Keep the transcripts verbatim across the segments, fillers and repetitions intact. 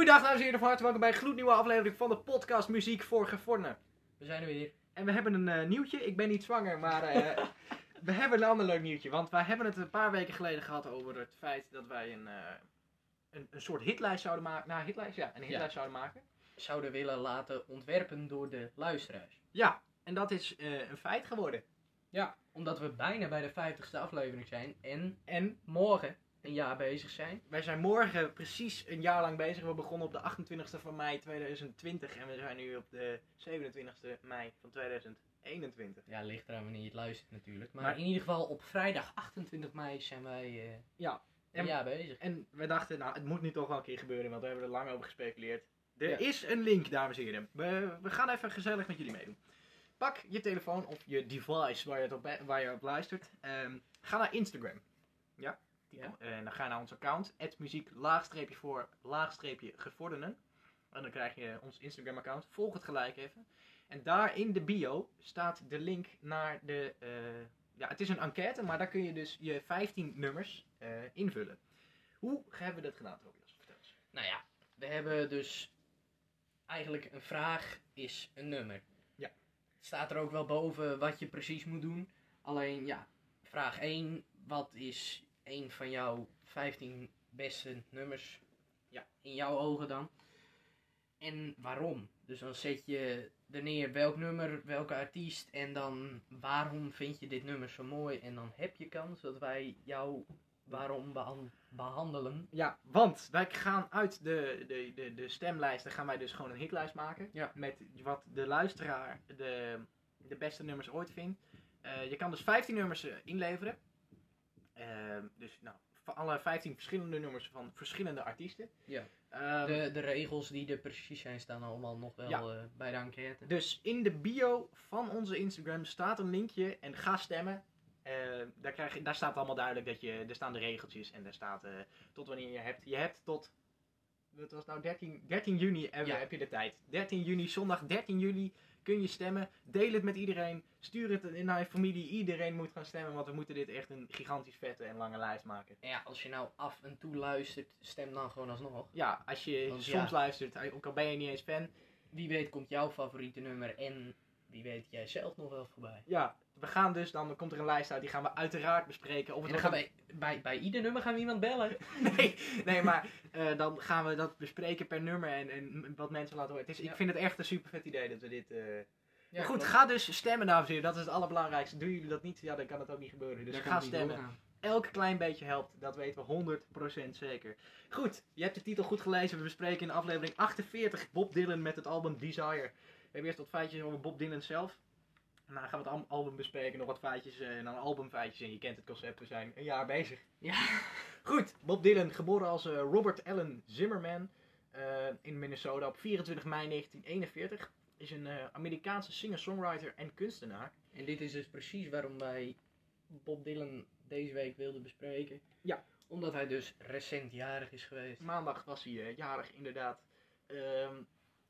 Goedendag dames en heren, van harte welkom bij een gloednieuwe aflevering van de podcast Muziek voor Gevorderen. We zijn er weer. En we hebben een uh, nieuwtje, ik ben niet zwanger, maar uh, we hebben een ander leuk nieuwtje. Want wij hebben het een paar weken geleden gehad over het feit dat wij een, uh, een, een soort hitlijst zouden maken. Nou, hitlijst, ja, een hitlijst ja. zouden maken. Zouden willen laten ontwerpen door de luisteraars. Ja, en dat is uh, een feit geworden. Ja, omdat we bijna bij de vijftigste aflevering zijn en, en morgen een jaar bezig zijn. Wij zijn morgen precies een jaar lang bezig. We begonnen op de achtentwintigste van mei tweeduizend twintig en we zijn nu op de zevenentwintigste mei van tweeduizend eenentwintig. Ja, ligt eraan wanneer je het luistert natuurlijk. Maar, maar in ieder geval op vrijdag achtentwintig mei zijn wij uh, ja, een jaar bezig. En we dachten, nou het moet nu toch wel een keer gebeuren, want we hebben er lang over gespeculeerd. Er ja. is een link, dames en heren. We, we gaan even gezellig met jullie meedoen. Pak je telefoon of je device waar je, het op, waar je op luistert. Um, ga naar Instagram. Ja? Ja. En dan ga je naar ons account, at muziek laagstreepje voor laagstreepje gevorderden. En dan krijg je ons Instagram account. Volg het gelijk even. En daar in de bio staat de link naar de... Uh, ja, het is een enquête, maar daar kun je dus je vijftien nummers uh, invullen. Hoe hebben we dat gedaan, Tobias? Vertel eens. Nou ja, we hebben dus... Eigenlijk een vraag is een nummer. Ja. Het staat er ook wel boven wat je precies moet doen. Alleen, ja, vraag één. Wat is... een van jouw vijftien beste nummers, ja, in jouw ogen dan. En waarom? Dus dan zet je er neer welk nummer, welke artiest en dan waarom vind je dit nummer zo mooi. En dan heb je kans dat wij jou waarom behan- behandelen. Ja, want wij gaan uit de, de, de, de stemlijsten gaan wij dus gewoon een hitlijst maken. Ja. Met wat de luisteraar de, de beste nummers ooit vindt. Uh, je kan dus vijftien nummers uh, inleveren. Uh, dus nou, alle vijftien verschillende nummers van verschillende artiesten. Ja. Um, de, de regels die er precies zijn staan allemaal nog wel ja. uh, bij de enquête. Dus in de bio van onze Instagram staat een linkje en ga stemmen. Uh, daar, krijg je, daar staat allemaal duidelijk dat je, er staan de regeltjes en daar staat uh, tot wanneer je hebt. Je hebt tot, wat was nou, dertien, dertien juni uh, ja. heb je de tijd. dertien juni, zondag dertien juli kun je stemmen. Deel het met iedereen. Stuur het naar je familie. Iedereen moet gaan stemmen, want we moeten dit echt een gigantisch vette en lange lijst maken. En ja, als je nou af en toe luistert, stem dan gewoon alsnog. Ja, als je want soms ja. luistert, ook al ben je niet eens fan. Wie weet komt jouw favoriete nummer en wie weet jij zelf nog wel voorbij. Ja, we gaan dus, dan komt er een lijst uit, die gaan we uiteraard bespreken. Of het en dan gaan wij, bij, bij ieder nummer gaan we iemand bellen. nee, nee, maar uh, dan gaan we dat bespreken per nummer en, en wat mensen laten horen. Het is, ja. Ik vind het echt een super vet idee dat we dit... Uh... Ja, goed, klopt. Ga dus stemmen, dames en heren. Dat is het allerbelangrijkste. Doen jullie dat niet, ja, dan kan het ook niet gebeuren. Dus ga stemmen. Elk klein beetje helpt. Dat weten we honderd procent zeker. Goed, je hebt de titel goed gelezen. We bespreken in aflevering achtenveertig Bob Dylan met het album Desire. We hebben eerst wat feitjes over Bob Dylan zelf. En dan gaan we het album bespreken, nog wat feitjes en dan albumfeitjes. En je kent het concept, we zijn een jaar bezig. Ja. Goed, Bob Dylan, geboren als uh, Robert Allen Zimmerman uh, in Minnesota op vierentwintig mei negentien eenenveertig. Is een uh, Amerikaanse singer-songwriter en kunstenaar. En dit is dus precies waarom wij Bob Dylan deze week wilden bespreken. Ja. Omdat hij dus recent jarig is geweest. Maandag was hij uh, jarig, inderdaad. Um,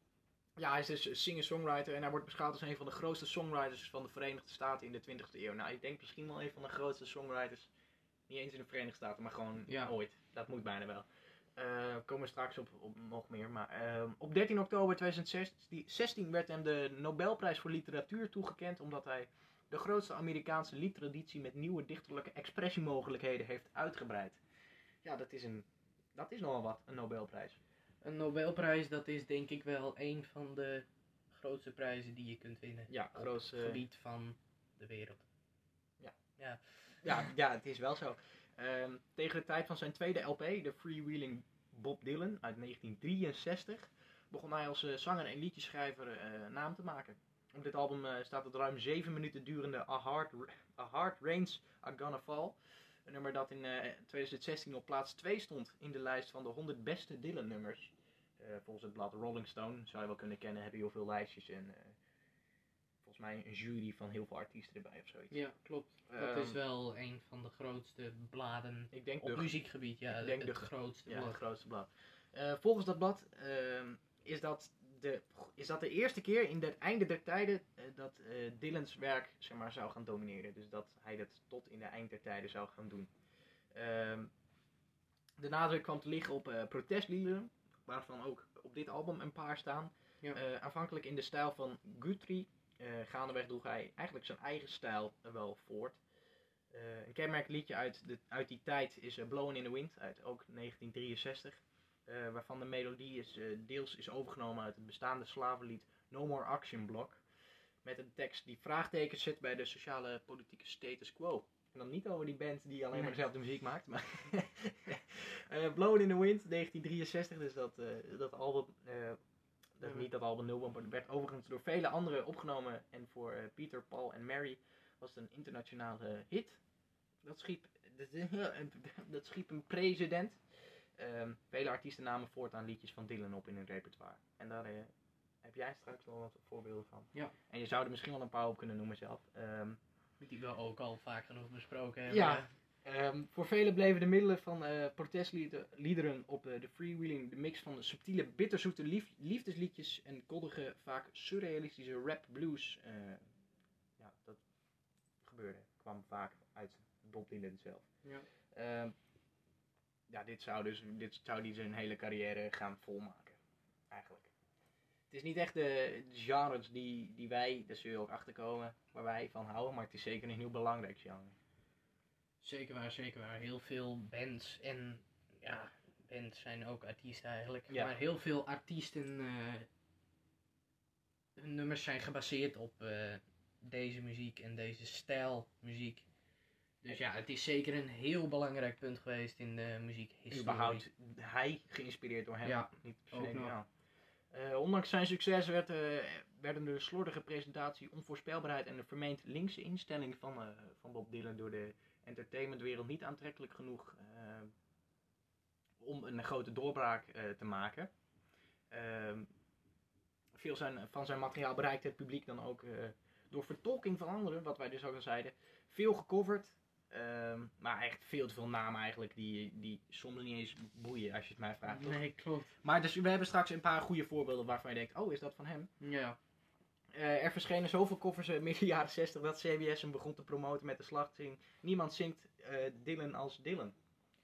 ja, hij is dus singer-songwriter en hij wordt beschouwd als een van de grootste songwriters van de Verenigde Staten in de twintigste eeuw. Nou, ik denk misschien wel een van de grootste songwriters, niet eens in de Verenigde Staten, maar gewoon ja. ooit. Dat moet bijna wel. Uh, komen we straks op, op nog meer. Maar uh, op dertien oktober tweeduizend zestien werd hem de Nobelprijs voor literatuur toegekend, omdat hij de grootste Amerikaanse liedtraditie met nieuwe dichterlijke expressiemogelijkheden heeft uitgebreid. Ja, dat is, een, dat is nogal wat, een Nobelprijs. Een Nobelprijs, dat is denk ik wel een van de grootste prijzen die je kunt winnen. Ja, op grootste... het gebied van de wereld. Ja, ja. ja, ja het is wel zo. Um, tegen de tijd van zijn tweede L P, de Freewheeling Bob Dylan uit negentien drieënzestig, begon hij als uh, zanger en liedjeschrijver uh, naam te maken. Op dit album uh, staat het ruim zeven minuten durende A Hard, A Hard Rain's Are Gonna Fall. Een nummer dat in uh, tweeduizend zestien op plaats twee stond in de lijst van de honderd beste Dylan nummers. Uh, volgens het blad Rolling Stone, zou je wel kunnen kennen, hebben heel veel lijstjes en uh, volgens mij een jury van heel veel artiesten erbij of zoiets. Ja, klopt. Dat um, is wel een van de grootste bladen ik denk op de, muziekgebied. Ja, ik denk het de, grootste ja, blad. het grootste blad. Uh, volgens dat blad uh, is, dat de, is dat de eerste keer in het einde der tijden uh, dat uh, Dylans werk zeg maar, zou gaan domineren. Dus dat hij dat tot in de eind der tijden zou gaan doen. Uh, de nadruk kwam te liggen op uh, protestliederen. waarvan ook op dit album een paar staan. Ja. Uh, aanvankelijk in de stijl van Guthrie. Uh, gaandeweg droeg hij eigenlijk zijn eigen stijl uh, wel voort. Uh, een kenmerkend liedje uit, de, uit die tijd is uh, Blowin' in the Wind, uit ook negentien drieënzestig. Uh, waarvan de melodie is, uh, deels is overgenomen uit het bestaande slavenlied No More Action Block. Met een tekst die vraagtekens zet bij de sociale politieke status quo. En dan niet over die band die alleen maar dezelfde muziek maakt. Maar uh, Blowin' in the Wind, negentien drieënzestig, dus dat, uh, dat album... Uh, Dat niet dat album nul, maar werd overigens door vele anderen opgenomen. En voor uh, Peter, Paul en Mary was het een internationale hit. Dat schiep, dat schiep een precedent. Um, vele artiesten namen voortaan liedjes van Dylan op in hun repertoire. En daar uh, heb jij straks nog wat voorbeelden van. Ja. En je zou er misschien wel een paar op kunnen noemen zelf. Um, Die we ook al vaak genoeg besproken hebben. Ja. Um, voor velen bleven de middelen van uh, protestliederen op uh, de freewheeling de mix van de subtiele, bitterzoete lief- liefdesliedjes en koddige, vaak surrealistische rap blues. Uh, ja, dat gebeurde. Kwam vaak uit Bob Dylan zelf. Ja. Um, ja, dit zou dus dit zou die zijn hele carrière gaan volmaken. Eigenlijk. Het is niet echt de genres die, die wij, daar zul je ook achterkomen, waar wij van houden, maar het is zeker een heel belangrijk genre. Zeker waar, zeker waar. Heel veel bands en ja, bands zijn ook artiesten eigenlijk. Ja. Maar heel veel artiesten, uh, hun nummers zijn gebaseerd op uh, deze muziek en deze stijl muziek. Dus ja, het is zeker een heel belangrijk punt geweest in de muziekhistorie. Überhaupt hij geïnspireerd door hem. Ja, niet ook nog. ja. Uh, ondanks zijn succes werd, uh, werden de slordige presentatie, onvoorspelbaarheid en de vermeend linkse instelling van, uh, van Bob Dylan door de entertainmentwereld niet aantrekkelijk genoeg uh, om een grote doorbraak uh, te maken. Uh, veel zijn, van zijn materiaal bereikte het publiek dan ook uh, door vertolking van anderen, wat wij dus ook al zeiden. Veel gecoverd, uh, maar echt veel te veel namen eigenlijk die, die soms niet eens boeien als je het mij vraagt. Toch? Nee, klopt. Maar dus we hebben straks een paar goede voorbeelden waarvan je denkt, oh, is dat van hem? Ja. Uh, er verschenen zoveel covers in midden jaren zestig dat C B S hem begon te promoten met de slagzing. Niemand zingt uh, Dylan als Dylan.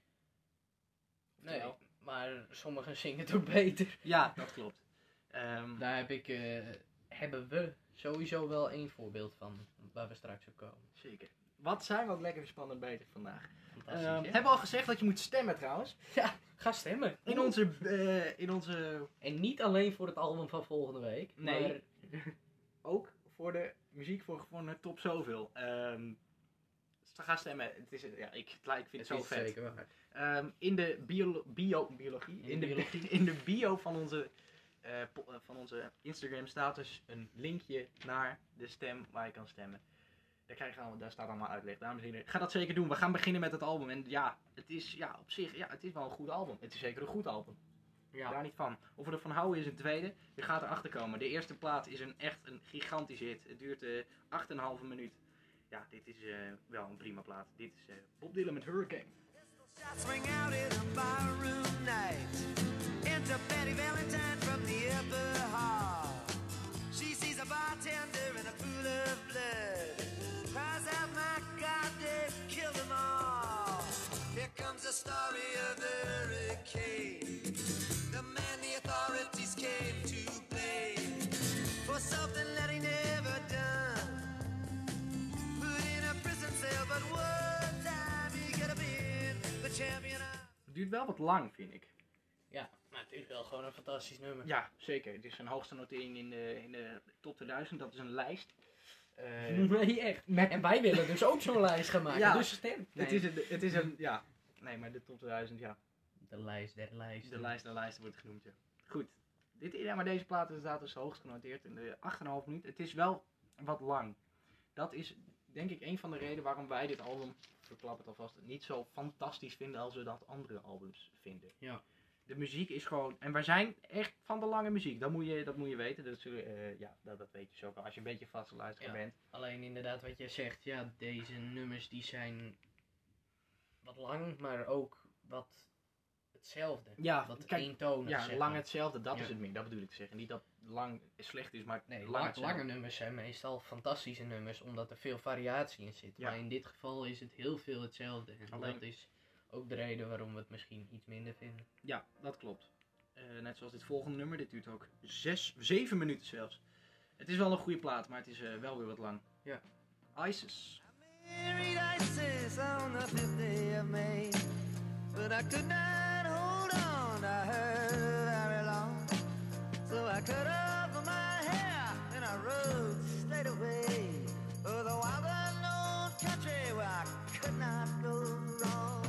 Nee, maar sommigen zingen het ook beter. Ja, dat klopt. Um, Daar heb ik, uh, hebben we sowieso wel één voorbeeld van, waar we straks op komen. Zeker. Wat zijn we ook lekker spannend bezig vandaag. Fantastisch, Um, hè? hebben we al gezegd dat je moet stemmen trouwens? Ja, ga stemmen. In onze, uh, in onze... En niet alleen voor het album van volgende week. Nee. Maar... ook voor de muziek voor, voor de top zoveel. Um, ga stemmen. Het is, ja, ik, ik vind het, het zo vet. Zeker waar. Um, in de bio, bio, biologie, in, in, de, biologie. in de bio van onze, uh, po, uh, van onze Instagram staat dus een linkje naar de stem waar je kan stemmen. Daar, krijg je allemaal, daar staat allemaal uitleg. Dames en heren, ga dat zeker doen. We gaan beginnen met het album. En ja, het is ja, op zich ja, het is wel een goed album. Het is zeker een goed album. Ja. Daar niet van. Of we ervan houden is een tweede. Je gaat erachter komen. De eerste plaat is een, echt een gigantische hit. Het duurt uh, acht komma vijf minuut. Ja, dit is uh, wel een prima plaat. Dit is uh, Bob Dylan met Hurricane. Shots ring out in a barroom night. Enter Betty Valentine from the upper hall. She sees a bartender in a pool of blood. Cries out, my God, they've killed them all. Here comes the story of the hurricane. The man the authorities came to blame for something that he never done. Put in a prison cell, but one time he could have been the champion of... Het duurt wel wat lang, vind ik. Ja, maar het is wel gewoon een fantastisch nummer. Ja, zeker. Het is zijn hoogste notering in de, in de top tweeduizend. Dat is een lijst. Uh, nee, echt. Met... En wij willen dus ook zo'n lijst gaan maken. Ja, dus stem. Nee. Het is een, het is een, ja. Nee, maar de top tweeduizend, ja. De lijst der lijsten. De lijst der lijsten wordt genoemd, ja. Goed. Dit, ja, maar deze plaat is dus hoogst genoteerd in de acht komma vijf minuut. Het is wel wat lang. Dat is denk ik een van de redenen waarom wij dit album, verklap het alvast, niet zo fantastisch vinden als we dat andere albums vinden. Ja. De muziek is gewoon, en wij zijn echt van de lange muziek, dat moet je, dat moet je weten. Dat, uh, ja, dat, dat weet je zo wel als je een beetje vaste luisteraar ja, bent. Alleen inderdaad wat je zegt, ja, deze nummers die zijn wat lang, maar ook wat hetzelfde. Ja, wat kijk, eentonig. Ja, zeg lang maar. hetzelfde, dat ja. is het meer, dat bedoel ik te zeggen. Niet dat lang slecht is, maar nee, lang lang, hetzelfde. lange nummers zijn meestal fantastische nummers, omdat er veel variatie in zit. Ja. Maar in dit geval is het heel veel hetzelfde. En Alleen... dat is ook de reden waarom we het misschien iets minder vinden. Ja, dat klopt. Uh, net zoals dit volgende nummer. Dit duurt ook zes, zeven minuten zelfs. Het is wel een goede plaat, maar het is uh, wel weer wat lang. Ja. ISIS. ISIS on the fifth day of May, but I could not hold on to her very long. So I cut off my hair and I rode straight away for the wild unknown country where I could not go wrong.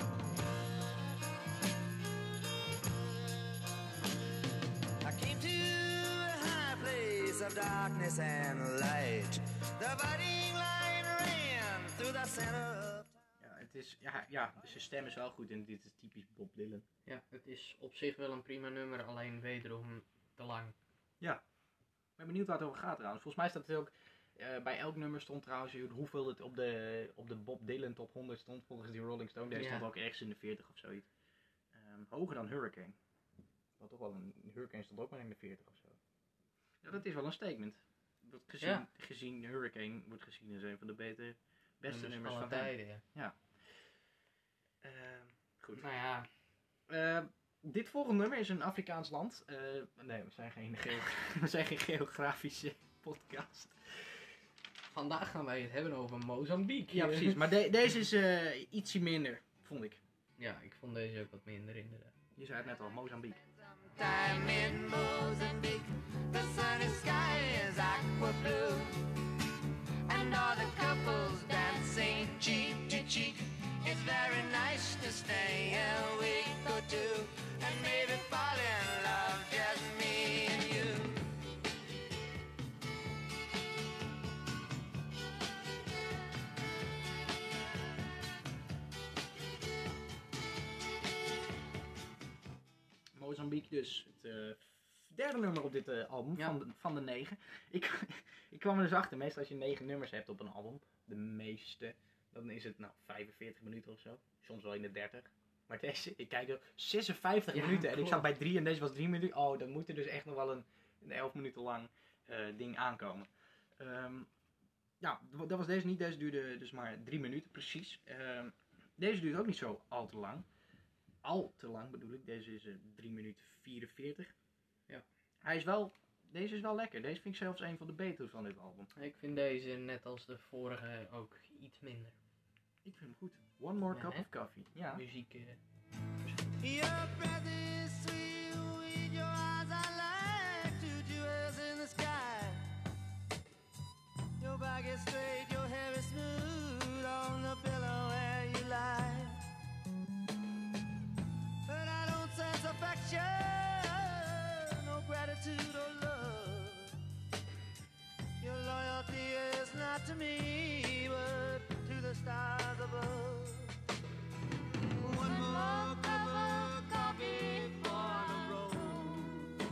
I came to a high place of darkness and light. The biting line ran through the center of... Ja, het is, ja, ja, zijn stem is wel goed en dit is typisch Bob Dylan. Ja, het is op zich wel een prima nummer, alleen wederom te lang. Ja. Ik ben benieuwd waar het over gaat trouwens. Volgens mij staat het ook... Uh, bij elk nummer stond trouwens hoeveel het op de, op de Bob Dylan top honderd stond volgens die Rolling Stone. Deze ja. stond ook ergens in de veertig of zoiets. Um, hoger dan Hurricane. Wat toch wel een Hurricane stond ook maar in de veertig of zo. Ja, dat is wel een statement. Wordt gezien, ja. gezien Hurricane wordt gezien als een van de betere, beste nummers, nummers van tijden. Ja. ja. Uh, goed. Nou ja. Uh, dit volgende nummer is een Afrikaans land. Uh, nee, we zijn geen, geo- we zijn geen geografische podcast. Vandaag gaan wij het hebben over Mozambique. Ja, precies. Maar de- deze is uh, ietsje minder, vond ik. Ja, ik vond deze ook wat minder inderdaad. Je zei het net al, Mozambique. Time in Mozambique, the sunny sky is aqua blue, and all the couples dancing cheek to cheek. It's very nice to stay a week or two, and maybe fall in love, just me and you. Mozambique dus, het uh, derde nummer op dit uh, album, ja. van, de, van de negen. Ik, ik kwam er dus achter, meestal als je negen nummers hebt op een album, de meeste, dan is het nou vijfenveertig minuten of zo. Soms wel in de dertig. Maar deze, ik kijk er zesenvijftig ja, minuten en ik zat bij drie en deze was drie minuten. Oh, dan moet er dus echt nog wel een, een elf minuten lang uh, ding aankomen. Um, ja, dat was deze niet. Deze duurde dus maar drie minuten precies. Um, deze duurt ook niet zo al te lang. Al te lang bedoel ik. Deze is uh, drie minuten vierenveertig. Ja. Hij is wel, deze is wel lekker. Deze vind ik zelfs een van de betere van dit album. Ik vind deze net als de vorige ook iets minder. Ik vind hem goed. One more ja, cup hè? Of coffee. Ja. Muziek. Uh, Your breath is sweet with your eyes are like two jewels in the sky. Your back is straight, your hair is smooth on the pillow where you lie. But I don't sense affection, no gratitude or love. Your loyalty is not to me, but to the stars above. One more cup of coffee for the road.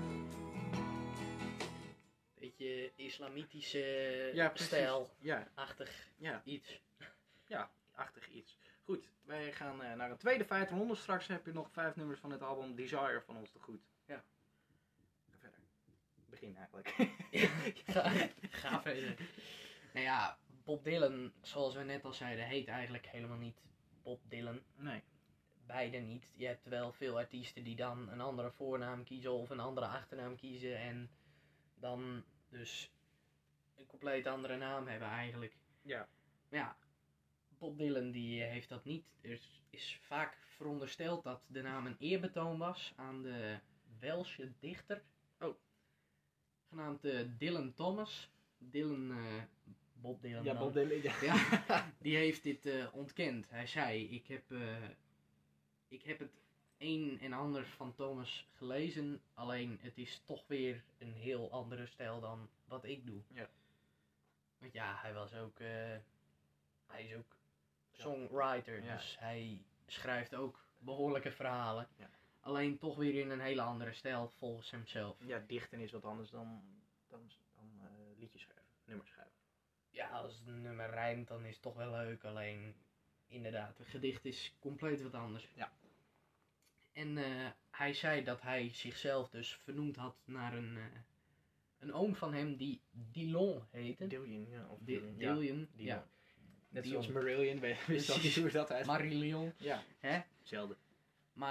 Beetje islamitische ja, stijl-achtig ja. ja. iets. Ja, achtig iets. Goed, wij gaan uh, naar een tweede vijfhonderd. Straks heb je nog vijf nummers van het album Desire van ons te goed. Ja. Ga verder. Begin eigenlijk. ja, ga, ga verder. Nou ja, Bob Dylan, zoals we net al zeiden, heet eigenlijk helemaal niet Bob Dylan. Nee. Beide niet. Je hebt wel veel artiesten die dan een andere voornaam kiezen of een andere achternaam kiezen en dan dus een compleet andere naam hebben eigenlijk. Ja. Maar ja, Bob Dylan die heeft dat niet. Er is vaak verondersteld dat de naam een eerbetoon was aan de Welsche dichter. Oh. Genaamd uh, Dylan Thomas. Dylan, uh, Bob Dylan Ja, dan. Bob Dylan, ja. ja. Die heeft dit uh, ontkend. Hij zei, ik heb, uh, ik heb het een en ander van Thomas gelezen, alleen het is toch weer een heel andere stijl dan wat ik doe. Ja. Want ja, hij was ook, uh, hij is ook songwriter, ja. Dus hij schrijft ook behoorlijke verhalen. Ja. Alleen toch weer in een hele andere stijl volgens hemzelf. Ja, dichten is wat anders dan, dan, dan uh, liedjes schrijven, nummers schrijven. Ja, als het nummer rijmt dan is het toch wel leuk, alleen inderdaad, een gedicht is compleet wat anders. Ja. En uh, hij zei dat hij zichzelf dus vernoemd had naar een, uh, een oom van hem die Dillon heette. Dillon, ja. Of Dillon, ja. Dillon, ja. Net zoals Marillion, weet je niet hoe dat uit. Marillion. Ja, hè? hetzelfde. Maar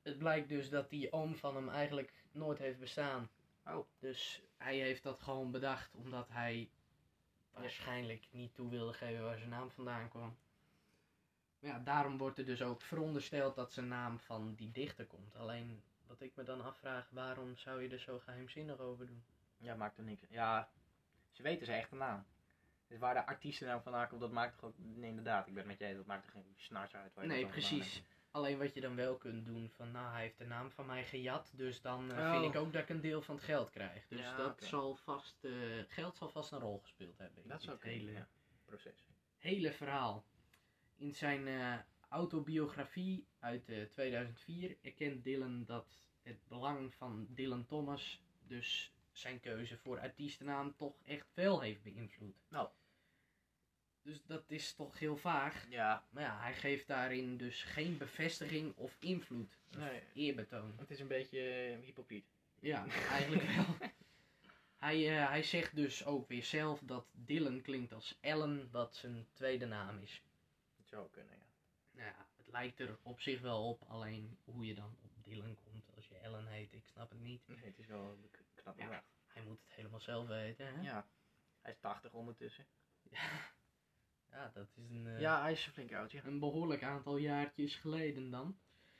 het blijkt dus dat die oom van hem eigenlijk nooit heeft bestaan. Oh. Dus hij heeft dat gewoon bedacht omdat hij waarschijnlijk niet toe wilde geven waar zijn naam vandaan kwam. Maar ja, daarom wordt er dus ook verondersteld dat zijn naam van die dichter komt. Alleen, wat ik me dan afvraag, waarom zou je er zo geheimzinnig over doen? Ja, maakt er niks. Ja, ze weten zijn echte naam. Dus waar de artiestennaam vandaan komt, dat maakt toch ook... Nee, inderdaad, ik ben het met jij, dat maakt er geen snars uit. Waar je Nee, dat dan vandaan precies. hebt. Alleen wat je dan wel kunt doen van, nou, hij heeft de naam van mij gejat, dus dan eh, Oh. vind ik ook dat ik een deel van het geld krijg. Dus Ja, dat oké. zal vast, eh, geld zal vast een rol gespeeld hebben in Dat dit zou kunnen, hele, ja. Proces. hele verhaal. In zijn eh, autobiografie uit eh, tweeduizend vier erkent Dylan dat het belang van Dylan Thomas, dus zijn keuze voor artiestennaam, toch echt wel heeft beïnvloed. Nou. Dus dat is toch heel vaag. Ja. Maar ja, hij geeft daarin dus geen bevestiging of invloed. Of Nee. eerbetoon. Het is een beetje uh, hypocriet. Ja, eigenlijk wel. Hij, uh, hij zegt dus ook weer zelf dat Dylan klinkt als Allen, wat zijn tweede naam is. Het zou kunnen, ja. Nou ja, het lijkt er op zich wel op, alleen hoe je dan op Dylan komt als je Allen heet, ik snap het niet. Nee, het is wel k- knap Ja. bedacht. Hij moet het helemaal zelf weten, hè? Ja. Hij is tachtig ondertussen. Ja, dat is een, uh, Ja, hij is een flink oud, ja. een behoorlijk aantal jaartjes geleden dan.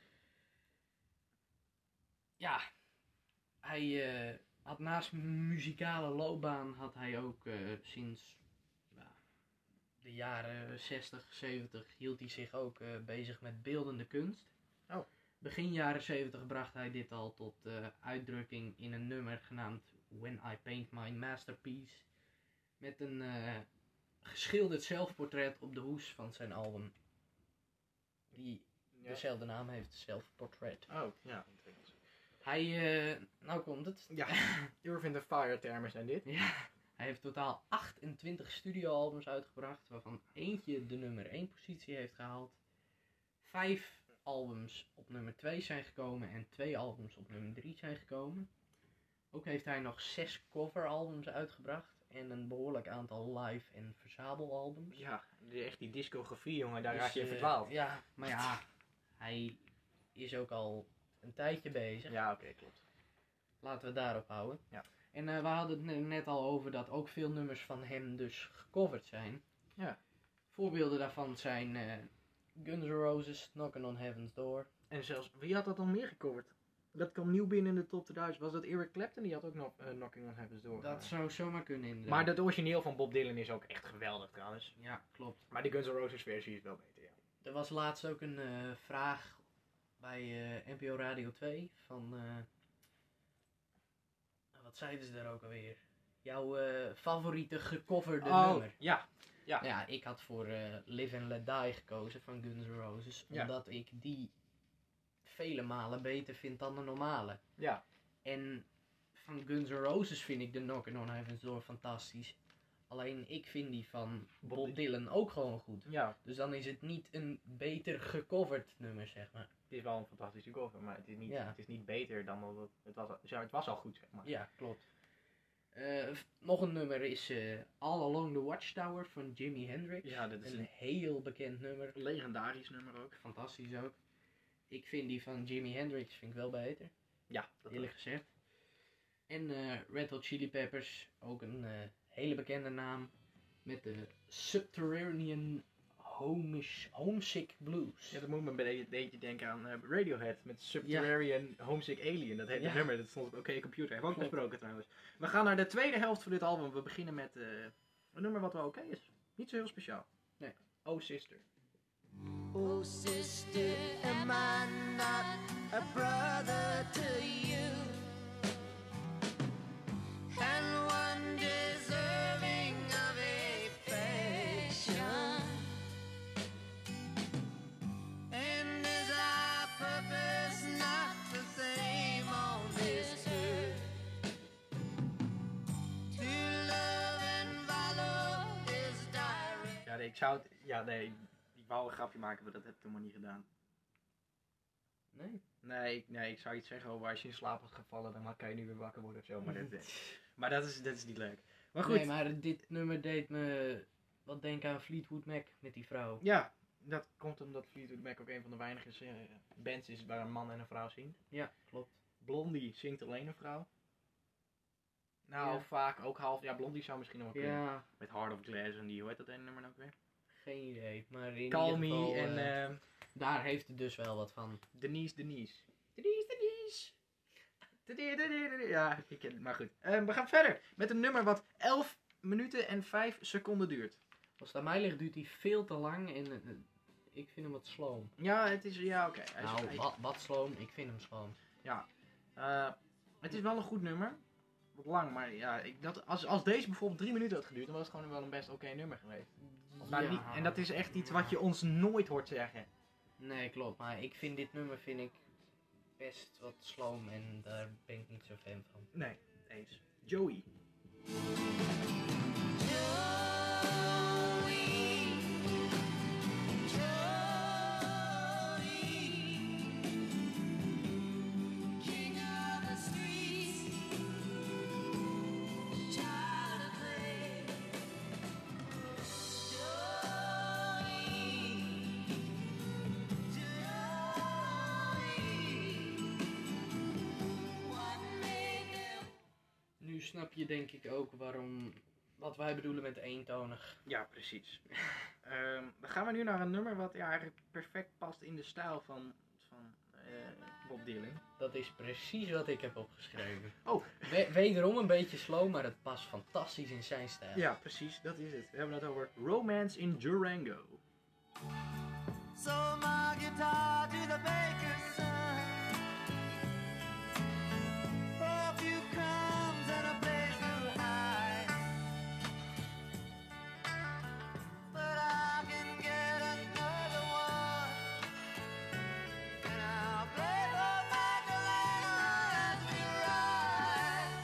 Ja, hij uh, had naast muzikale loopbaan had hij ook uh, sinds ja, de jaren zestig, zeventig hield hij zich ook uh, bezig met beeldende kunst. Oh. Begin jaren zeventig bracht hij dit al tot uh, uitdrukking in een nummer genaamd When I Paint My Masterpiece. Met een uh, geschilderd zelfportret op de hoes van zijn album. Die Ja. dezelfde naam heeft, Self-Portrait. Oh, ja. Hij, uh, nou komt het. Ja, Earth in the Fire termen zijn dit. Ja, hij heeft totaal achtentwintig studioalbums uitgebracht, waarvan eentje de nummer één positie heeft gehaald. Vijf albums op nummer twee zijn gekomen en twee albums op nummer drie zijn gekomen. Ook heeft hij nog zes coveralbums uitgebracht en een behoorlijk aantal live- en verzamelalbums. Ja, die- echt die discografie, jongen, daar Dus, raak je in eh, verdwaald. Ja, maar ja, hij is ook al een tijdje bezig. Ja, oké, klopt. Laten we het daarop houden. Ja. En uh, we hadden het ne- net al over dat ook veel nummers van hem dus gecoverd zijn. Ja. Voorbeelden daarvan zijn uh, Guns N' Roses, Knockin' on Heaven's Door. En zelfs, wie had dat dan meer gecoverd? Dat kwam nieuw binnen in de top tweeduizend. Was dat Eric Clapton? Die had ook nog uh, Knocking on Heaven's Door. Dat zou zomaar kunnen inderdaad. Maar dat origineel van Bob Dylan is ook echt geweldig trouwens. Ja, klopt. Maar de Guns N' Roses versie is wel beter, ja. Er was laatst ook een uh, vraag bij uh, N P O Radio twee van... Uh, wat zeiden ze daar ook alweer? Jouw uh, favoriete gecoverde Oh, nummer. ja. Ja. Nou ja, ik had voor uh, Live and Let Die gekozen van Guns N' Roses. Ja. Omdat ik die vele malen beter vind dan de normale. Ja. En van Guns N' Roses vind ik de Knockin' on Heaven's Door fantastisch. Alleen ik vind die van Bob Bob Dylan ook gewoon goed. Ja. Dus dan is het niet een beter gecoverd nummer, zeg maar. Het is wel een fantastische cover, maar het is niet, Ja. het is niet beter dan dat het, het was. al- ja, het was al goed, zeg maar. Ja, klopt. Uh, f- nog een nummer is uh, All Along the Watchtower van Jimi Hendrix. Ja, dat is een een heel bekend nummer. legendarisch nummer ook. Fantastisch ook. Ik vind die van Jimi Hendrix vind ik wel beter, Ja, dat eerlijk gezegd. En uh, Red Hot Chili Peppers, ook een uh, hele bekende naam. Met de Subterranean Homish, Homesick Blues. Ja, dat moet me een beetje, beetje denken aan uh, Radiohead met Subterranean Homesick Alien. Dat heet Ja. het nummer, dat stond op Oké Computer. Hebben we ook Klopt. besproken trouwens. We gaan naar de tweede helft van dit album. We beginnen met uh, een nummer wat wel oké is. Niet zo heel speciaal. Nee. Oh Sister. Oh sister, am I not a brother to you? And one deserving of affection. And is our purpose not the same on this earth? To love and follow is direct. Ja, nee, ik zou het... Ja, nee. Ik wou een grapje maken, maar dat heb ik toen maar niet gedaan. Nee. Nee, ik- nee, ik zou iets zeggen over als je in slaap was gevallen, dan kan je nu weer wakker worden of zo. Maar dat, eh, maar dat, is, dat is niet leuk. Maar goed. Nee, maar dit nummer deed me wat denken aan Fleetwood Mac met die vrouw. Ja, dat komt omdat Fleetwood Mac ook een van de weinige uh, bands is waar een man en een vrouw zingt. Ja, klopt. Blondie zingt alleen een vrouw. Nou, Ja. vaak ook half. Ja, Blondie zou misschien nog wel kunnen. Ja, Met Heart of Glass en die, hoe heet dat ene nummer nou ook weer? geen idee. Maar in Call ieder Me geval, en eh, uh, daar heeft het dus wel wat van. Denise Denise. Denise Denise. Denise, Denise. Ja, ik ken het, maar goed. Uh, we gaan verder met een nummer wat elf minuten en vijf seconden duurt. Als het aan mij ligt, duurt hij veel te lang en uh, ik vind hem wat sloom. Ja, het is, ja oké. Okay. Nou, hij... wat, wat sloom? Ik vind hem sloom. Ja. Uh, het is wel een goed nummer. Wat lang, maar ja, ik, dat, als, als deze bijvoorbeeld drie minuten had geduurd, dan was het gewoon wel een best oké okay nummer geweest. Maar ja, niet, en dat is echt iets wat je ons nooit hoort zeggen. Nee, klopt. Maar ik vind dit nummer vind ik best wat sloom en daar ben ik niet zo fan van. Nee, eens. Joey. Snap je denk ik ook waarom, wat wij bedoelen met eentonig. Ja, precies. um, dan gaan we nu naar een nummer wat ja, eigenlijk perfect past in de stijl van, van uh, Bob Dylan. Dat is precies wat ik heb opgeschreven. Oh. We, wederom een beetje slow, maar het past fantastisch in zijn stijl. Ja, precies, dat is het. We hebben het over Romance in Durango. So my guitar to the baker's son. For a few crumbs and a place to hide. But I can get another one. And I'll play for Magdalena as we ride.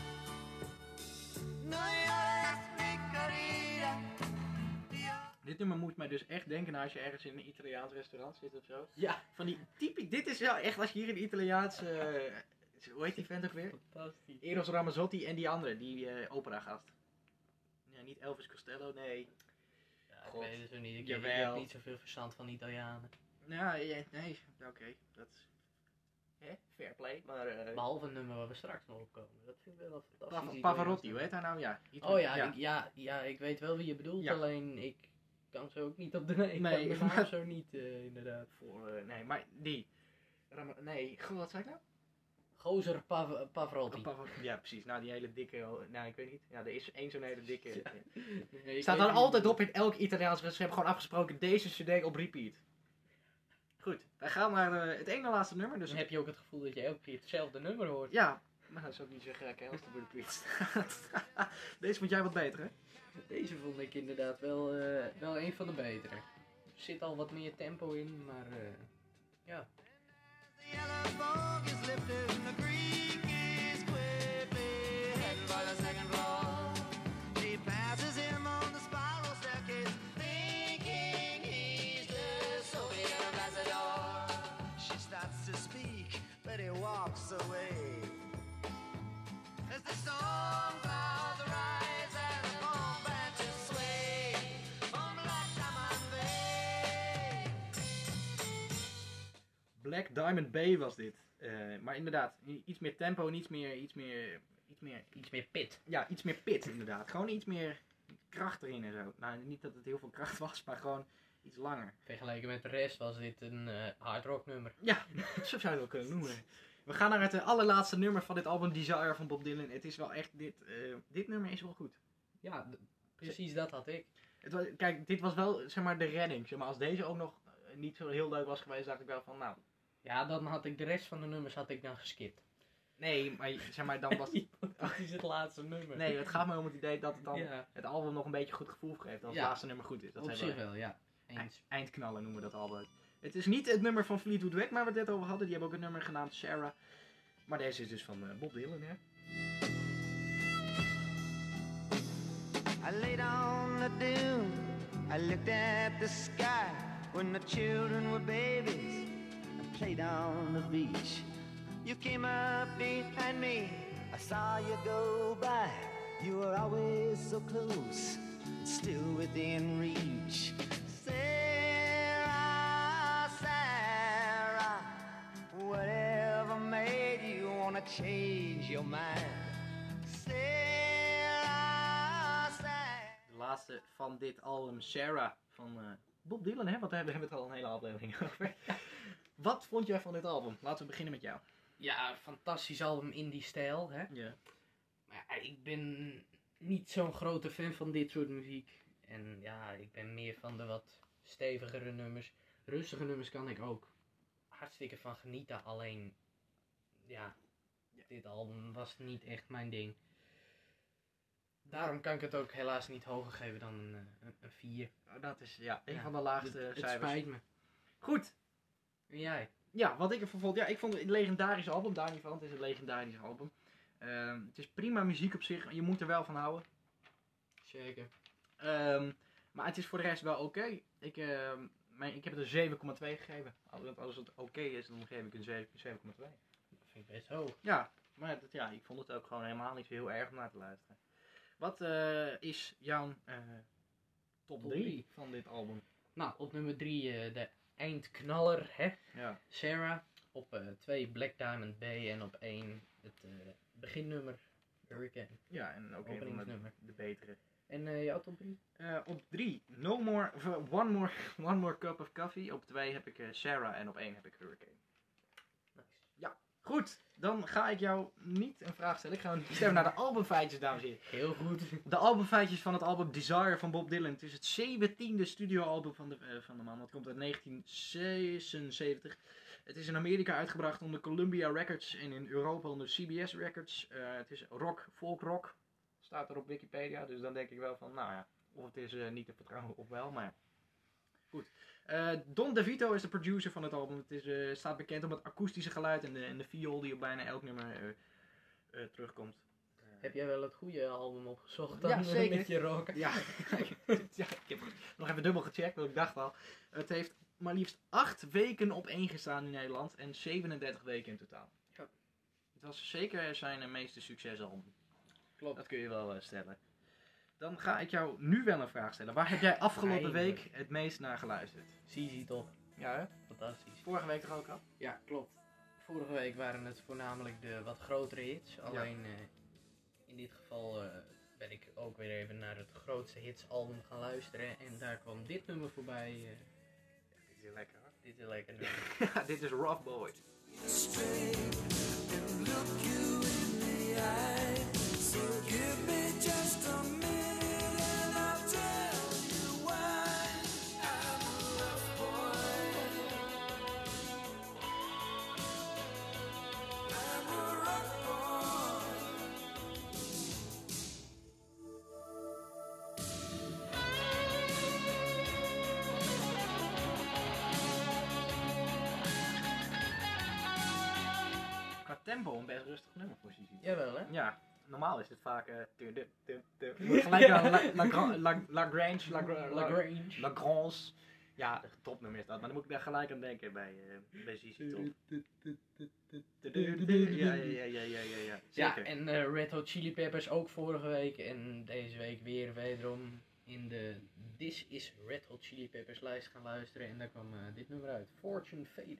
No, yes, mi querida. Dit nummer moet mij dus echt denken als je ergens in een Italiaans restaurant zit of zo. Ja. Van die typisch, dit is wel echt als je hier in de Italiaanse, uh, hoe heet die vent ook weer? Fantastisch. Eros Ramazzotti en die andere, die uh, opera-gast. Ja, niet Elvis Costello, nee. Ja, ik God. weet het zo niet. Ik, ik Jawel. heb niet zoveel verstand van Italianen. Nou, ja, nee, oké, okay. dat is hè? Fair play, maar... Uh, Behalve een nummer waar we straks nog op komen. Dat vind ik wel fantastisch. Pav- Pavarotti, hoe heet hij nou? Ja. Iets Oh met- ja, Ik, ja, ja, ik weet wel wie je bedoelt, Ja. alleen ik kan zo ook niet op de... Ik Nee, kan de naam maar- zo niet, uh, inderdaad. Voor, uh, nee, maar die... Ram- nee, goh, wat zei ik nou? Gozer Pav Pavarotti. Oh, Pavarotti. Ja, precies. Nou, die hele dikke... Nou, ik weet niet. Ja, er is één zo'n hele dikke... Ja. Nee, ik Staat weet dan niet- altijd op in elk Italiaans restaurant. We hebben gewoon afgesproken deze cd op repeat. Goed, wij gaan naar uh, het ene laatste nummer. Dus Dan heb je ook het gevoel dat je elke keer hetzelfde nummer hoort. ja, maar dat is ook niet zo gek hè, als het op repeat staat. Deze vond jij wat beter, hè? Deze vond ik inderdaad wel, uh, wel een van de betere. Er zit al wat meer tempo in, maar uh, ja. The yellow fog is lifted and the Greek is quickly heading for the second floor. She passes him on the spiral staircase, thinking he's the Soviet ambassador. She starts to speak, but he walks away. As the storm clouds rise and the palm branches sway on Black Diamond Bay. Black Diamond Bay was dit. Uh, maar inderdaad, i- iets meer tempo en iets meer, iets meer, iets meer, Iets meer pit. ja, iets meer pit inderdaad. Gewoon iets meer kracht erin en zo. Nou, niet dat het heel veel kracht was, maar gewoon iets langer. Vergeleken met de rest was dit een uh, hard rock nummer. Ja, zo zou je het wel kunnen noemen. We gaan naar het uh, allerlaatste nummer van dit album, Desire van Bob Dylan. Het is wel echt, dit, uh, dit nummer is wel goed. Ja, d- precies dat had ik. Het was, kijk, dit was wel, zeg maar, de redding. Zeg maar, als deze ook nog uh, niet zo heel leuk was geweest, dacht ik wel van, nou... Ja, dan had ik de rest van de nummers had ik dan geskipt. Nee, maar zeg maar, dan was... Dat is het laatste nummer. Nee, het gaat me om het idee dat het dan Ja, het album nog een beetje goed gevoel geeft. Als Ja. het laatste nummer goed is. Dat op zijn zich wel wel, ja. Eens. eindknallen noemen we dat album. Het is niet het nummer van Fleetwood Mac waar we het net over hadden. Die hebben ook een nummer genaamd Sarah. Maar deze is dus van uh, Bob Dylan, hè? I laid on the dune, I looked at the sky when the children were babies. I played on the beach. You came up behind me, I saw you go by. You were always so close, still within reach. Sarah, change your mind. Sail outside. De laatste van dit album, Sarah, van uh, Bob Dylan, hè? Want daar hebben we het al een hele aflevering over. Wat vond jij van dit album? Laten we beginnen met jou. Ja, fantastisch album in die stijl, hè. Ja. Maar ja, ik ben niet zo'n grote fan van dit soort muziek. En ja, ik ben meer van de wat stevigere nummers. Rustige nummers kan ik ook hartstikke van genieten. Alleen, ja, dit album was niet echt mijn ding. Daarom kan ik het ook helaas niet hoger geven dan een vier. Dat is ja, een Ja, van de laagste het, het cijfers. spijt me. Goed. En jij? Ja, wat ik ervan vond. Ja, ik vond het een legendarisch album. Daar niet van. Het is een legendarisch album. Uh, het is prima muziek op zich. Je moet er wel van houden. Zeker. Um, maar het is voor de rest wel oké. Okay. Ik, uh, mijn, ik heb het een zeven komma twee gegeven. Als, als het oké okay is, dan geef ik een zeven komma twee. Dat vind ik best hoog. Ja, maar dat, ja, ik vond het ook gewoon helemaal niet zo heel erg om naar te luisteren. Wat uh, is jouw uh, top drie van dit album? Nou, op nummer drie uh, de eindknaller, hè? Ja. Sarah. Op twee uh, Black Diamond B en op één het uh, beginnummer Hurricane. Ja, en ook een van de, de betere. En uh, jouw top drie? Uh, op drie, no more, one, more, one More Cup of Coffee. Op twee heb ik uh, Sarah en op één heb ik Hurricane. Nice. Ja, goed. Dan ga ik jou niet een vraag stellen. Ik ga stemmen naar de albumfeitjes, dames en heren. Heel goed. De albumfeitjes van het album Desire van Bob Dylan. Het is het zeventiende studioalbum van de, uh, van de man. Dat komt uit negentien zesenzeventig. Het is in Amerika uitgebracht onder Columbia Records en in Europa onder C B S Records. Uh, het is rock, folk rock. Staat er op Wikipedia, dus dan denk ik wel van, nou ja, of het is uh, niet te vertrouwen of wel, maar goed. Uh, Don DeVito is de producer van het album. Het is, uh, staat bekend om het akoestische geluid en de, en de viool die op bijna elk nummer uh, uh, terugkomt. Uh, heb jij wel het goede album opgezocht dan? Ja, zeker. Met je rock? Ja. Ja, ik heb nog even dubbel gecheckt, want ik dacht al. Het heeft maar liefst acht weken op één gestaan in Nederland en zevenendertig weken in totaal. Ja. Het was zeker zijn meeste succesalbum. Klopt. Dat kun je wel uh, stellen. Dan ga ik jou nu wel een vraag stellen. Waar heb jij afgelopen week het meest naar geluisterd? Z Z Top. Ja, hè? Fantastisch. Vorige week toch ook al? Ja, klopt. Vorige week waren het voornamelijk de wat grotere hits. Alleen uh, in dit geval uh, ben ik ook weer even naar het grootste hitsalbum gaan luisteren. En daar kwam dit nummer voorbij. Uh, dit is lekker hoor. Dit is lekker nummer. Dit is Rough Boy. Give me just a minute and I'll tell you why I'm a rough boy. I'm a rough boy. Qua tempo een best rustig nummer voor Z Z. Jawel hè? Ja. Normaal is het vaak uh, tu, tu, tu, tu. Gelijk aan La, La, La, La, Lagrange, La, La, Lagrange. Lagrange. Ja, de topnummer is dat, maar dan moet ik daar gelijk aan denken bij, uh, bij Z Z Top. Ja, ja, ja, ja, ja, ja. Ja, en uh, Red Hot Chili Peppers ook vorige week en deze week weer wederom in de This is Red Hot Chili Peppers lijst gaan luisteren en daar kwam uh, dit nummer uit, Fortune Faded.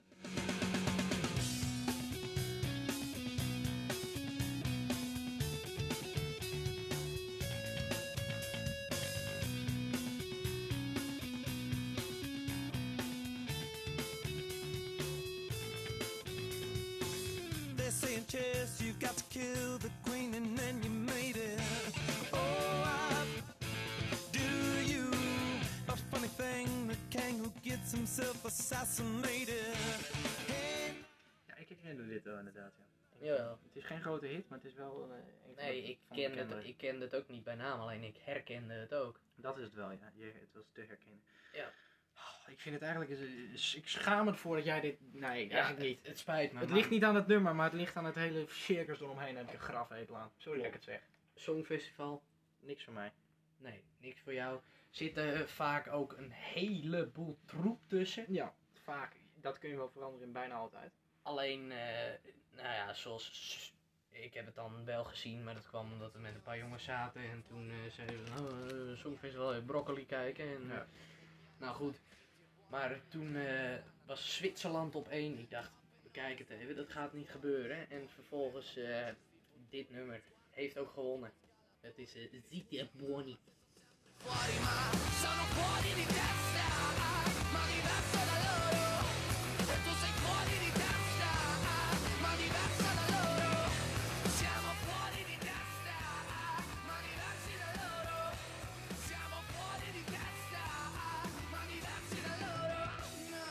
Saying chess, you got to kill the queen and then you made it. Oh, I do you a funny thing, the king who gets himself assassinated. Hey. Ja, ik herkende dit wel inderdaad, ja. Jawel. Het is geen grote hit, maar het is wel uh, een van Nee, de, ik van de kende, bekende. het, ik kende het ook niet bij naam, alleen ik herkende het ook. Dat is het wel, ja. Je, het was te herkennen. Ja. Oh, ik vind het eigenlijk, is- ik schaam me ervoor dat jij dit, nee, Ja, eigenlijk niet. Het, het spijt me. Het maar ligt niet aan het nummer, maar het ligt aan het hele circus eromheen. Daar heb ik een grafhekel aan. Sorry dat ik het zeg. Songfestival? Niks voor mij. Nee, niks voor jou. Zitten vaak ook een heleboel troep tussen. Ja, vaak. Dat kun je wel veranderen in bijna altijd. Alleen, uh, nou ja, zoals... Ik heb het dan wel gezien, maar dat kwam omdat we met een paar jongens zaten. En toen uh, zeiden we, nou, uh, Songfestival, even broccoli kijken. En, Ja. Nou goed. Maar toen uh, was Zwitserland op één. Ik dacht, Bekijk het even, dat gaat niet gebeuren. En vervolgens, uh, dit nummer heeft ook gewonnen. Het is uh, Ziti Buoni. Fuori ma sono fuori di testa, ma diverso da loro. E tu sei fuori di testa, ma diverso da loro. Siamo fuori di testa, ma diversi da loro. Siamo fuori di testa, ma diversi da loro. No.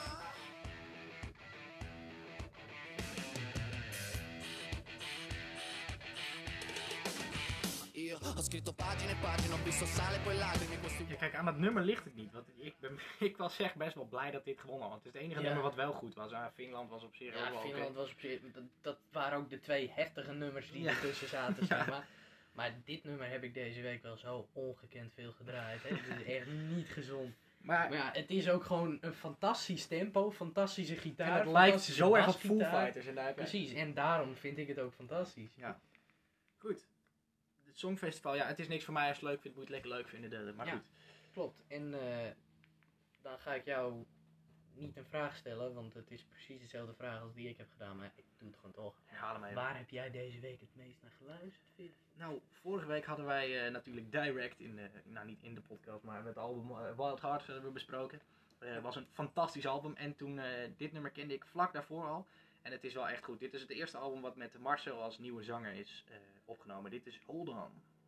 Io ho scritto pagine e pagine, ho visto sale poi lacrime questi... Ja, kijk, aan dat nummer ligt het niet. Want ik, ben, ik was echt best wel blij dat dit gewonnen had. Want het is het enige Ja. nummer wat wel goed was. Ah, Finland was op zich ook Ja, wel Finland oké. was op zich, dat, dat waren ook de twee heftige nummers die Ja. ertussen zaten, Ja. zeg maar. Maar dit nummer heb ik deze week wel zo ongekend veel gedraaid, hè. Het is echt niet gezond. Maar, Maar ja, het is ook gewoon een fantastisch tempo, fantastische gitaar. en het lijkt fantastische zo erg op Foo basgitaar. Fighters. En daar heb je- Precies, en daarom vind ik het ook fantastisch. Ja. Goed. Het Songfestival, ja, het is niks voor mij. Als je het leuk vindt, moet je het lekker leuk vinden. de- Maar Ja. goed. Klopt, en eh, dan ga ik jou niet een vraag stellen, want het is precies dezelfde vraag als die ik heb gedaan, maar ik doe het gewoon toch. Herhaal hem even. Waar heb jij deze week het meest naar geluisterd, Philip? Nou, vorige week hadden wij eh, natuurlijk Direct in de, nou niet in de podcast, maar het album eh, Wild Hearts hebben we besproken. Het was een fantastisch album en toen, eh, dit nummer kende ik vlak daarvoor al. En het is wel echt goed. Dit is het eerste album wat met Marcel als nieuwe zanger is eh, opgenomen. Dit is Hold On.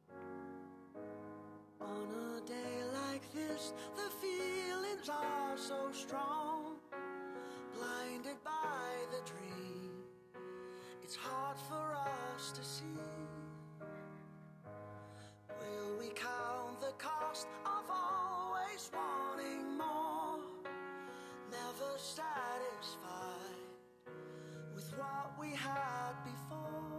On a day like this, the feelings are so strong. Blinded by the dream, it's hard for us to see. Will we count the cost of always wanting more? Never satisfied with what we had before.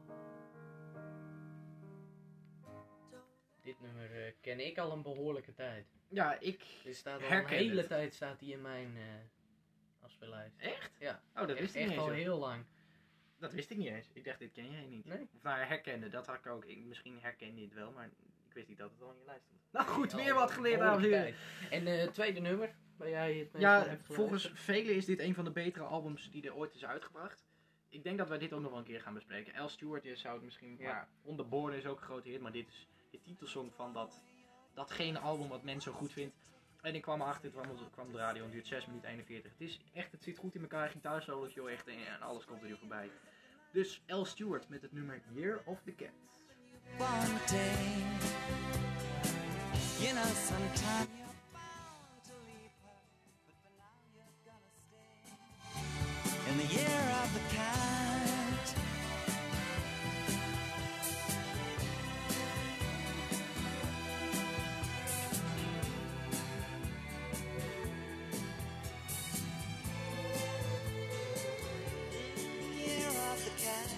Dit nummer eh, ken ik al een behoorlijke tijd. Ja, ik Dit staat al herken een hele het. tijd staat die in mijn uh, afspeellijst. Echt? Ja, Oh, dat echt, wist ik echt niet eens. al joh. heel lang. Dat wist ik niet eens. Ik dacht, dit ken jij niet. Nee? Of nou, herkende. Dat had ik ook. Ik, misschien herkende je het wel, maar ik wist niet dat het al in je lijst stond. Nou goed, Al weer wat een geleerd, dames en behoorlijke heren. tijd. En eh, het tweede nummer, waar jij het meest naar Ja, hebt volgens geluisterd? velen is dit een van de betere albums die er ooit is uitgebracht. Ik denk dat wij dit ook nog wel een keer gaan bespreken. Al Stewart is, zou het misschien... Ja. Ja. On The Border is ook een grote hit, maar dit is de titelsong van dat, datgene album wat men zo goed vindt. En ik kwam erachter, het kwam, op- kwam op de radio en het duurt zes minuten eenenveertig. Het is echt, het zit goed in elkaar, gitaarsolo's, joh, echt, en alles komt er hier voorbij. Dus Al Stewart met het nummer Year of the Cat. One day, you know, sometime you're bound to leave her, but for now you're gonna stay in the year of the cat. Year of the cat.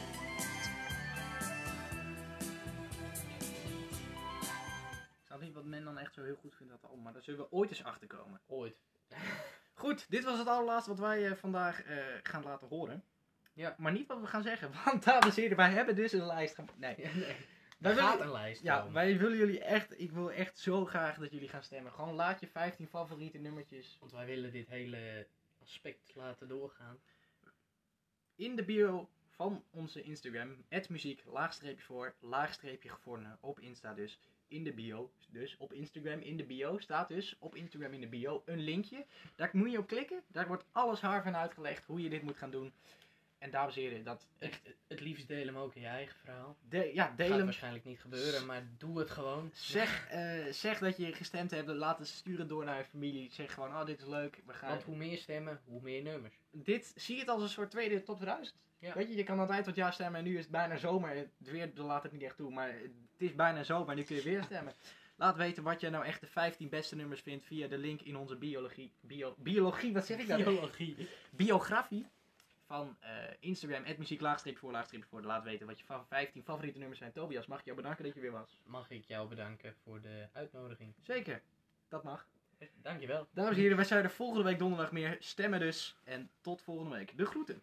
Ik snap niet wat men dan echt zo heel goed vindt dat album, maar daar zullen we ooit eens achter komen. Ooit. Goed, dit was het allerlaatste wat wij eh, vandaag eh, gaan laten horen. Ja. Maar niet wat we gaan zeggen, want dames en heren, wij hebben dus een lijst gemaakt. Nee. Ja, nee. Wij Er gaat willen- een lijst Ja, komen. wij willen jullie echt, ik wil echt zo graag dat jullie gaan stemmen. Gewoon laat je vijftien favoriete nummertjes Want wij willen dit hele aspect laten doorgaan. in de bio van onze Instagram. at muziek, laagstreepje voor, laagstreepje gevonden, op Insta dus. In de bio, dus op Instagram in de bio, staat dus op Instagram in de bio een linkje. Daar moet je op klikken, daar wordt alles haar van uitgelegd hoe je dit moet gaan doen. En dames en heren, dat echt, Het, het liefst deel hem ook in je eigen verhaal. de, ja, deel Gaat hem. waarschijnlijk niet gebeuren, maar doe het gewoon. Zeg, eh, zeg dat je gestemd hebt, laat het sturen door naar je familie. Zeg gewoon, oh dit is leuk, we gaan... Want hoe meer stemmen, hoe meer nummers. Dit, zie het als een soort tweede top duizend. Ja. Weet je, je kan altijd wat ja stemmen en nu is het bijna zomer. Het weer laat het niet echt toe, maar het is bijna zomer, nu kun je weer stemmen. Laat weten wat je nou echt de vijftien beste nummers vindt via de link in onze biologie. Bio, biologie, wat zeg ik nou? Biologie. Biografie van eh, Instagram, at muziek, laagstreepje voor, laagstreepje voor. Laat weten wat je fa- vijftien favoriete nummers zijn. Tobias, mag ik jou bedanken dat je weer was? Mag ik jou bedanken voor de uitnodiging. Zeker, dat mag. Dankjewel. Dames en heren, wij zijn er volgende week donderdag meer. Stemmen dus. En tot volgende week. De groeten.